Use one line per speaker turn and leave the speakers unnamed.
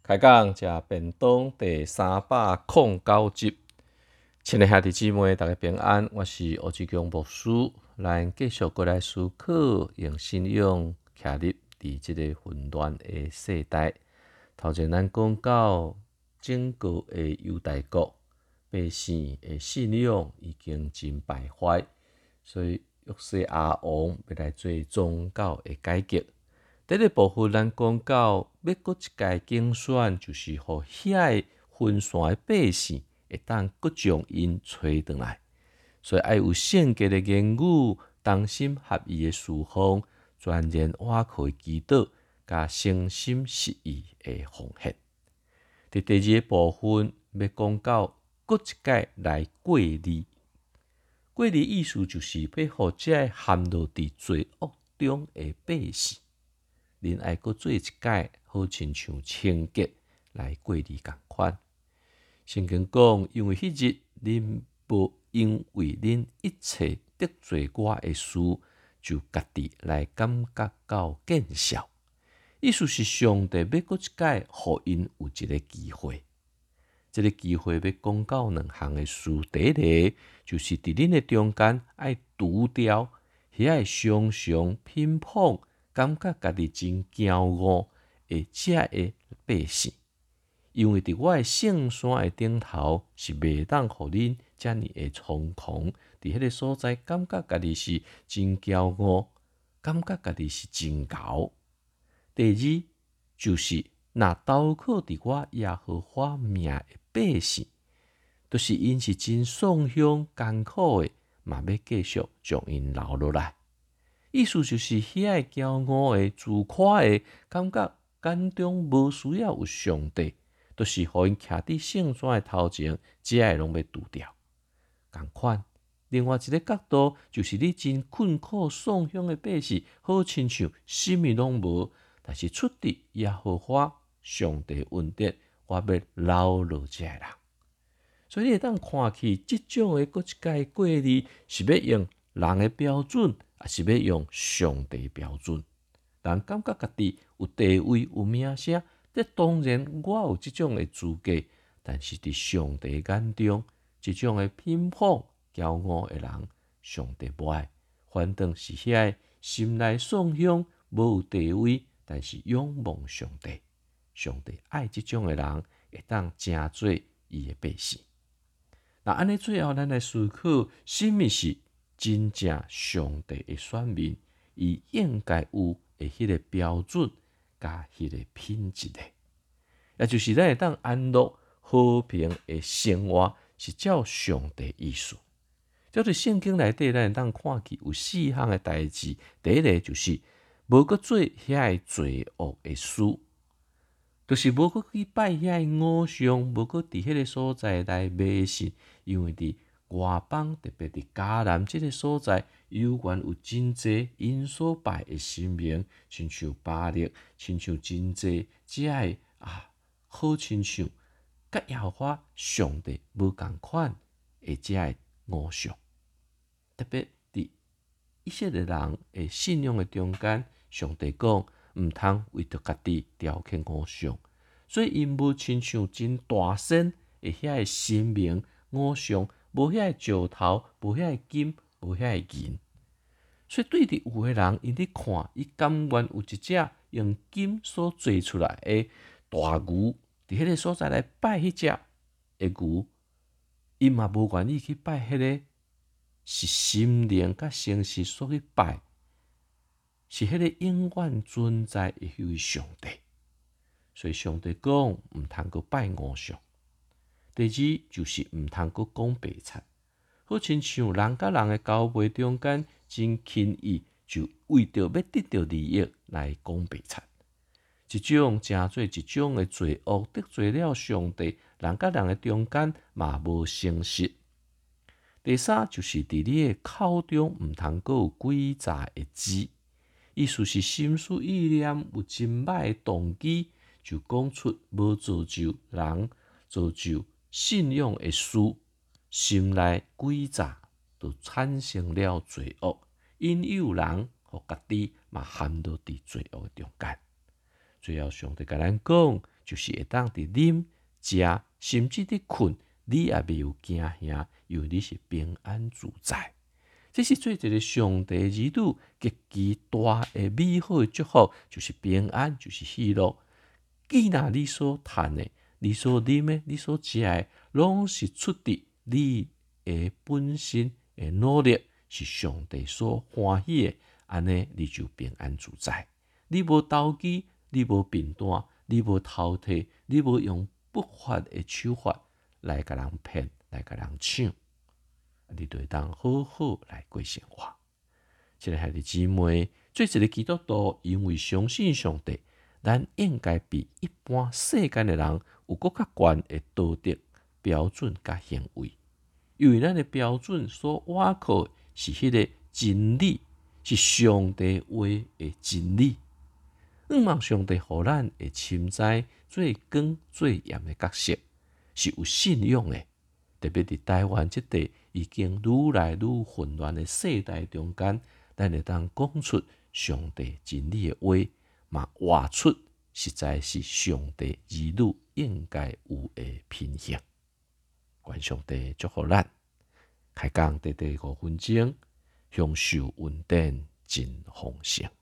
开讲食便当第309集，亲爱兄弟姊妹，大家平安，我是欧志强牧师，咱继续过来思考，用信仰徛立伫即个混乱的世代。头前咱讲到整个的犹大国百姓的信仰已经真败坏，所以约西亚王要来做宗教的改革。第一个部分，咱讲到要搁一届竞选，就是互遐分散的百姓会当搁将因找回来，所以爱有圣洁的言语、同心合意的侍奉、全然倚靠祈祷，甲诚心实意的奉献。伫第二个部分，要讲到搁一届来过日，过日意思就是要互这陷落伫罪恶中的百姓。恁爱搁做一届，好亲像清洁来过日共款。圣经讲，因为迄日恁无因为恁一切得罪我的事，就家己来感觉到见笑。意思是上帝要搁一届，互因有一个机会。这个机会要讲到两项的事，第一个就是伫恁的中间爱除掉遐常常偏颇。感觉家己真骄傲的这个百姓，因为伫我的圣山的顶头是袂当互恁遮尔的猖狂，伫迄个所在感觉家己是真骄傲，感觉家己是真牛。第二就是若投靠伫我耶和华名的百姓，就是因是真丧凶艰苦的，嘛要继续将因留落来。意思就是遐骄傲的、自夸的感觉，眼中无需要有上帝，就是互因徛伫圣山的头前，这个拢要除掉。共款，另外一个角度就是你真困苦丧凶的百姓，好亲像什么拢无，但是出伫耶和华上帝恩典，我要留落这个人。所以你会当看起即种的搁一届过日，是要用人的标准。也是要用上帝标准，人感觉家己有地位、有名声，这当然我有这种的资格，但是伫上帝眼中，这种的偏颇、骄傲的人，上帝不爱，反倒是遐心内丧凶、无有地位，但是仰望上帝，上帝爱这种的人，会当成做伊的百姓。那安尼最后，咱来思考，什么是真正上帝的选民，伊应该有的迄个标准，甲迄个品质的，也就是咱会当安乐和平的生活，是照上帝意思。照伫圣经内底，咱会当看起有4项的代志。第一个就是无搁做遐罪恶的事，就是无搁去拜遐偶像，无搁伫迄个所在来迷信，因为伫外邦，特别伫迦南这个所在，有原有真济因所拜的神明，亲像巴力，亲像真济这个好亲像甲耶和华上帝无共款的这个偶像。特别伫以色列人的信仰的中间，上帝讲毋通为着家己雕刻偶像，所以因无亲像真大神的遐个神明偶像。无遐个石头，无遐个金，无遐个银，所以对伫有诶人，因咧看，伊甘愿有一只用金所做出来诶大牛，伫迄个所在来拜迄只诶牛，伊嘛无愿意去拜迄个是心灵甲诚实所去拜，是迄个永远存在诶迄位上帝。所以上帝讲，毋通阁拜偶像。第二就是毋通阁讲白贼，好亲像人甲人的交配中间真轻易就为着要得到利益来讲白贼，一种成做一种的罪恶，得罪了上帝，人甲人的中间嘛无诚实。第三就是伫你的口中毋通阁有诡诈的字，意思是心思意念有真歹的动机，就讲出无造就人造就信仰的事，心内诡诈，就产生了罪恶，引诱人，互家己嘛陷落伫罪恶中间。最后，上帝甲咱讲， 就是会当伫啉、食，甚至伫困，你也袂有惊吓，因为你是平安自在。这是做一个上帝儿女极其大的美好的祝福，就是平安，就是喜乐。既然你所赚的、你所啉的、你所食的，拢是出自你的本身的努力，是上帝所欢喜的，安尼你就平安自在。你无投机，你无贫惰，你无偷摕，你无用不法的手法来甲人骗，来甲人抢。你就会当好好来过生活。亲爱的姊妹，做一个基督徒，因为相信上帝，咱应该比一般世间的人有更较高的道德标准甲行为，因为咱的标准所倚靠是迄个真理，是上帝话的真理。希望上帝互咱会深知最光最严的角色，是有信用的。特别伫台湾这地已经愈来愈混乱的世代中间，咱会当讲出上帝真理的话，嘛活出实在是上帝儿女应该有的品行。愿上帝祝福咱，开讲第5分钟，享受稳定真丰盛。